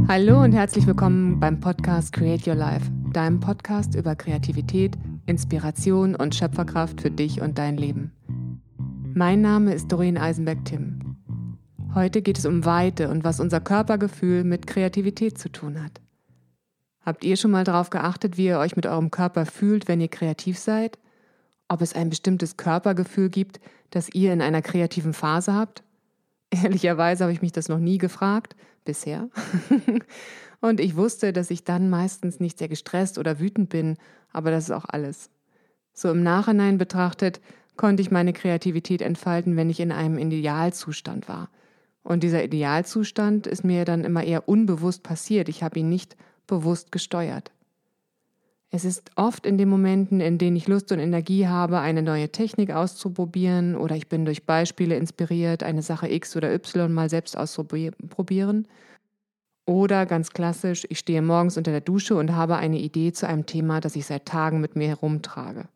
Hallo und herzlich willkommen beim Podcast Create Your Life, deinem Podcast über Kreativität, Inspiration und Schöpferkraft für dich und dein Leben. Mein Name ist Doreen Eisenberg-Timm. Heute geht es um Weite und was unser Körpergefühl mit Kreativität zu tun hat. Habt ihr schon mal darauf geachtet, wie ihr euch mit eurem Körper fühlt, wenn ihr kreativ seid? Ob es ein bestimmtes Körpergefühl gibt, das ihr in einer kreativen Phase habt? Ehrlicherweise habe ich mich das noch nie gefragt, bisher. Und ich wusste, dass ich dann meistens nicht sehr gestresst oder wütend bin, aber das ist auch alles. So im Nachhinein betrachtet, konnte ich meine Kreativität entfalten, wenn ich in einem Idealzustand war. Und dieser Idealzustand ist mir dann immer eher unbewusst passiert. Ich habe ihn nicht bewusst gesteuert. Es ist oft in den Momenten, in denen ich Lust und Energie habe, eine neue Technik auszuprobieren oder ich bin durch Beispiele inspiriert, eine Sache X oder Y mal selbst auszuprobieren. Oder ganz klassisch, ich stehe morgens unter der Dusche und habe eine Idee zu einem Thema, das ich seit Tagen mit mir herumtrage.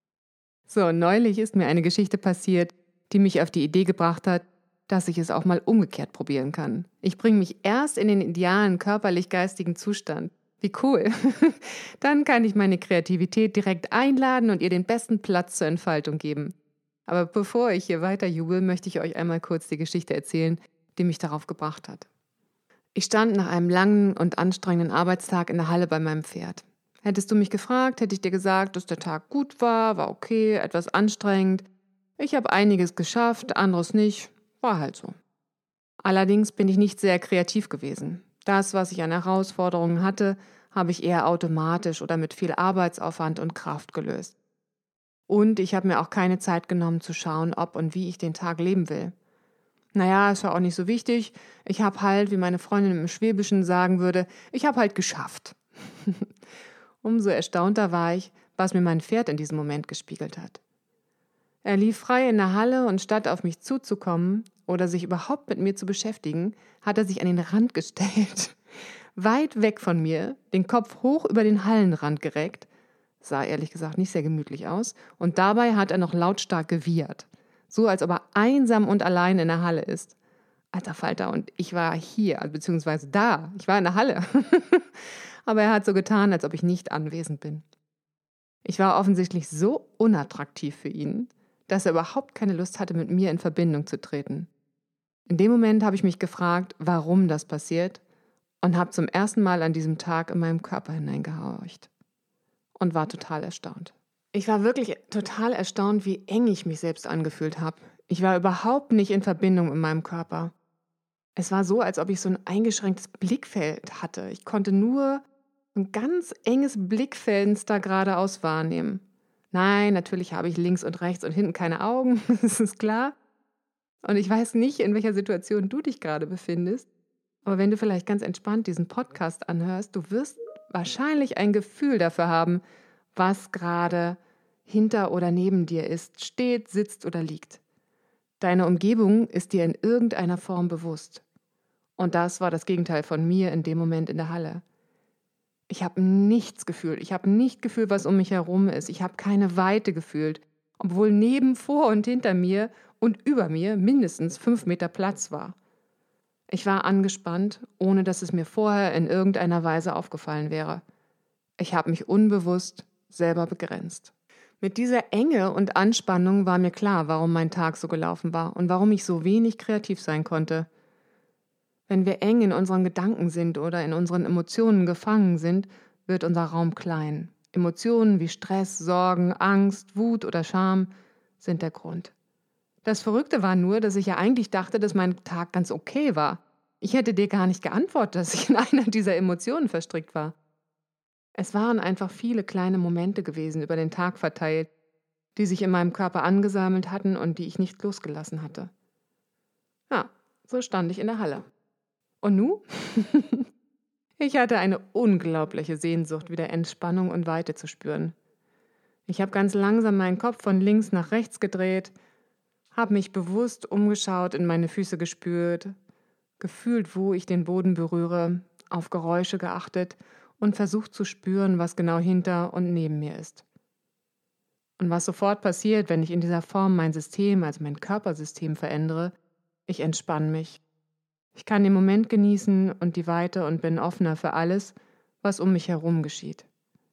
So, neulich ist mir eine Geschichte passiert, die mich auf die Idee gebracht hat, dass ich es auch mal umgekehrt probieren kann. Ich bringe mich erst in den idealen körperlich-geistigen Zustand. Wie cool. Dann kann ich meine Kreativität direkt einladen und ihr den besten Platz zur Entfaltung geben. Aber bevor ich hier weiter jubel, möchte ich euch einmal kurz die Geschichte erzählen, die mich darauf gebracht hat. Ich stand nach einem langen und anstrengenden Arbeitstag in der Halle bei meinem Pferd. Hättest du mich gefragt, hätte ich dir gesagt, dass der Tag gut war okay, etwas anstrengend. Ich habe einiges geschafft, anderes nicht, war halt so. Allerdings bin ich nicht sehr kreativ gewesen. Das, was ich an Herausforderungen hatte, habe ich eher automatisch oder mit viel Arbeitsaufwand und Kraft gelöst. Und ich habe mir auch keine Zeit genommen zu schauen, ob und wie ich den Tag leben will. Naja, ist ja auch nicht so wichtig. Ich habe halt, wie meine Freundin im Schwäbischen sagen würde, ich habe halt geschafft. Umso erstaunter war ich, was mir mein Pferd in diesem Moment gespiegelt hat. Er lief frei in der Halle und statt auf mich zuzukommen oder sich überhaupt mit mir zu beschäftigen, hat er sich an den Rand gestellt. Weit weg von mir, den Kopf hoch über den Hallenrand gereckt, sah ehrlich gesagt nicht sehr gemütlich aus, und dabei hat er noch lautstark gewiehert. So als ob er einsam und allein in der Halle ist. Alter Falter, und ich war hier, beziehungsweise da, ich war in der Halle. Aber er hat so getan, als ob ich nicht anwesend bin. Ich war offensichtlich so unattraktiv für ihn, dass er überhaupt keine Lust hatte, mit mir in Verbindung zu treten. In dem Moment habe ich mich gefragt, warum das passiert, und habe zum ersten Mal an diesem Tag in meinem Körper hineingehorcht und war total erstaunt. Ich war wirklich total erstaunt, wie eng ich mich selbst angefühlt habe. Ich war überhaupt nicht in Verbindung in meinem Körper. Es war so, als ob ich so ein eingeschränktes Blickfeld hatte. Ich konnte nur ein ganz enges Blickfenster geradeaus wahrnehmen. Nein, natürlich habe ich links und rechts und hinten keine Augen, das ist klar. Und ich weiß nicht, in welcher Situation du dich gerade befindest. Aber wenn du vielleicht ganz entspannt diesen Podcast anhörst, du wirst wahrscheinlich ein Gefühl dafür haben, was gerade hinter oder neben dir ist, steht, sitzt oder liegt. Deine Umgebung ist dir in irgendeiner Form bewusst. Und das war das Gegenteil von mir in dem Moment in der Halle. Ich habe nichts gefühlt. Ich habe nicht gefühlt, was um mich herum ist. Ich habe keine Weite gefühlt, obwohl neben, vor und hinter mir und über mir mindestens 5 Meter Platz war. Ich war angespannt, ohne dass es mir vorher in irgendeiner Weise aufgefallen wäre. Ich habe mich unbewusst selber begrenzt. Mit dieser Enge und Anspannung war mir klar, warum mein Tag so gelaufen war und warum ich so wenig kreativ sein konnte. Wenn wir eng in unseren Gedanken sind oder in unseren Emotionen gefangen sind, wird unser Raum klein. Emotionen wie Stress, Sorgen, Angst, Wut oder Scham sind der Grund. Das Verrückte war nur, dass ich ja eigentlich dachte, dass mein Tag ganz okay war. Ich hätte dir gar nicht geantwortet, dass ich in einer dieser Emotionen verstrickt war. Es waren einfach viele kleine Momente gewesen, über den Tag verteilt, die sich in meinem Körper angesammelt hatten und die ich nicht losgelassen hatte. Ja, so stand ich in der Halle. Und nu? Ich hatte eine unglaubliche Sehnsucht, wieder Entspannung und Weite zu spüren. Ich habe ganz langsam meinen Kopf von links nach rechts gedreht, habe mich bewusst umgeschaut, in meine Füße gespürt, gefühlt, wo ich den Boden berühre, auf Geräusche geachtet und versucht zu spüren, was genau hinter und neben mir ist. Und was sofort passiert, wenn ich in dieser Form mein System, also mein Körpersystem verändere, ich entspanne mich. Ich kann den Moment genießen und die Weite und bin offener für alles, was um mich herum geschieht.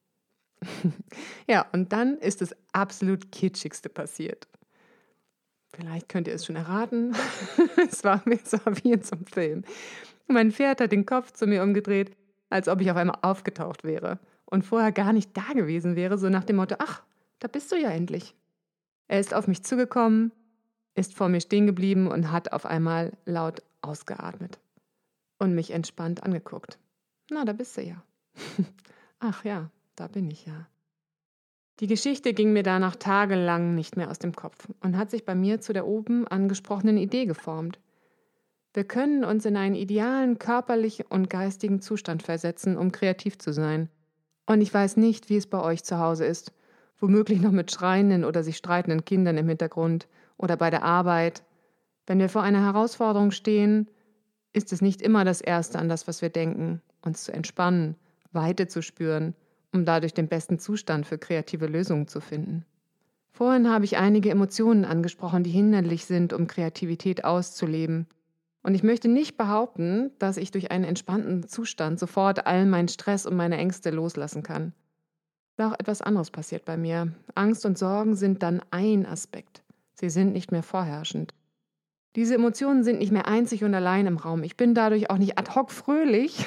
Ja, und dann ist das absolut Kitschigste passiert. Vielleicht könnt ihr es schon erraten. Es war wie in so einem Film. Mein Pferd hat den Kopf zu mir umgedreht, als ob ich auf einmal aufgetaucht wäre und vorher gar nicht da gewesen wäre, so nach dem Motto, ach, da bist du ja endlich. Er ist auf mich zugekommen, ist vor mir stehen geblieben und hat auf einmal laut ausgeatmet und mich entspannt angeguckt. Na, da bist du ja. Ach ja, da bin ich ja. Die Geschichte ging mir danach tagelang nicht mehr aus dem Kopf und hat sich bei mir zu der oben angesprochenen Idee geformt. Wir können uns in einen idealen körperlichen und geistigen Zustand versetzen, um kreativ zu sein. Und ich weiß nicht, wie es bei euch zu Hause ist, womöglich noch mit schreienden oder sich streitenden Kindern im Hintergrund oder bei der Arbeit. Wenn wir vor einer Herausforderung stehen, ist es nicht immer das Erste an das, was wir denken, uns zu entspannen, Weite zu spüren, um dadurch den besten Zustand für kreative Lösungen zu finden. Vorhin habe ich einige Emotionen angesprochen, die hinderlich sind, um Kreativität auszuleben. Und ich möchte nicht behaupten, dass ich durch einen entspannten Zustand sofort all meinen Stress und meine Ängste loslassen kann. Doch etwas anderes passiert bei mir. Angst und Sorgen sind dann ein Aspekt. Sie sind nicht mehr vorherrschend. Diese Emotionen sind nicht mehr einzig und allein im Raum. Ich bin dadurch auch nicht ad hoc fröhlich,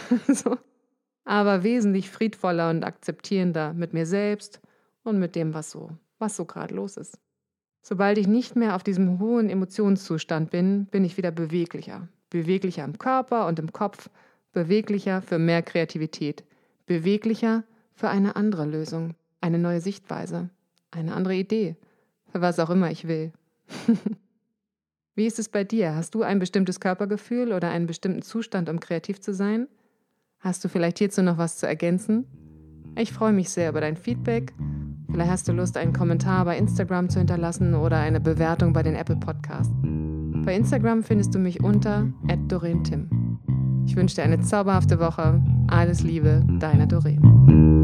aber wesentlich friedvoller und akzeptierender mit mir selbst und mit dem, was so gerade los ist. Sobald ich nicht mehr auf diesem hohen Emotionszustand bin, bin ich wieder beweglicher. Beweglicher im Körper und im Kopf, beweglicher für mehr Kreativität, beweglicher für eine andere Lösung, eine neue Sichtweise, eine andere Idee, für was auch immer ich will. Wie ist es bei dir? Hast du ein bestimmtes Körpergefühl oder einen bestimmten Zustand, um kreativ zu sein? Hast du vielleicht hierzu noch was zu ergänzen? Ich freue mich sehr über dein Feedback. Vielleicht hast du Lust, einen Kommentar bei Instagram zu hinterlassen oder eine Bewertung bei den Apple Podcasts. Bei Instagram findest du mich unter @DoreenTim. Ich wünsche dir eine zauberhafte Woche. Alles Liebe, deine Doreen.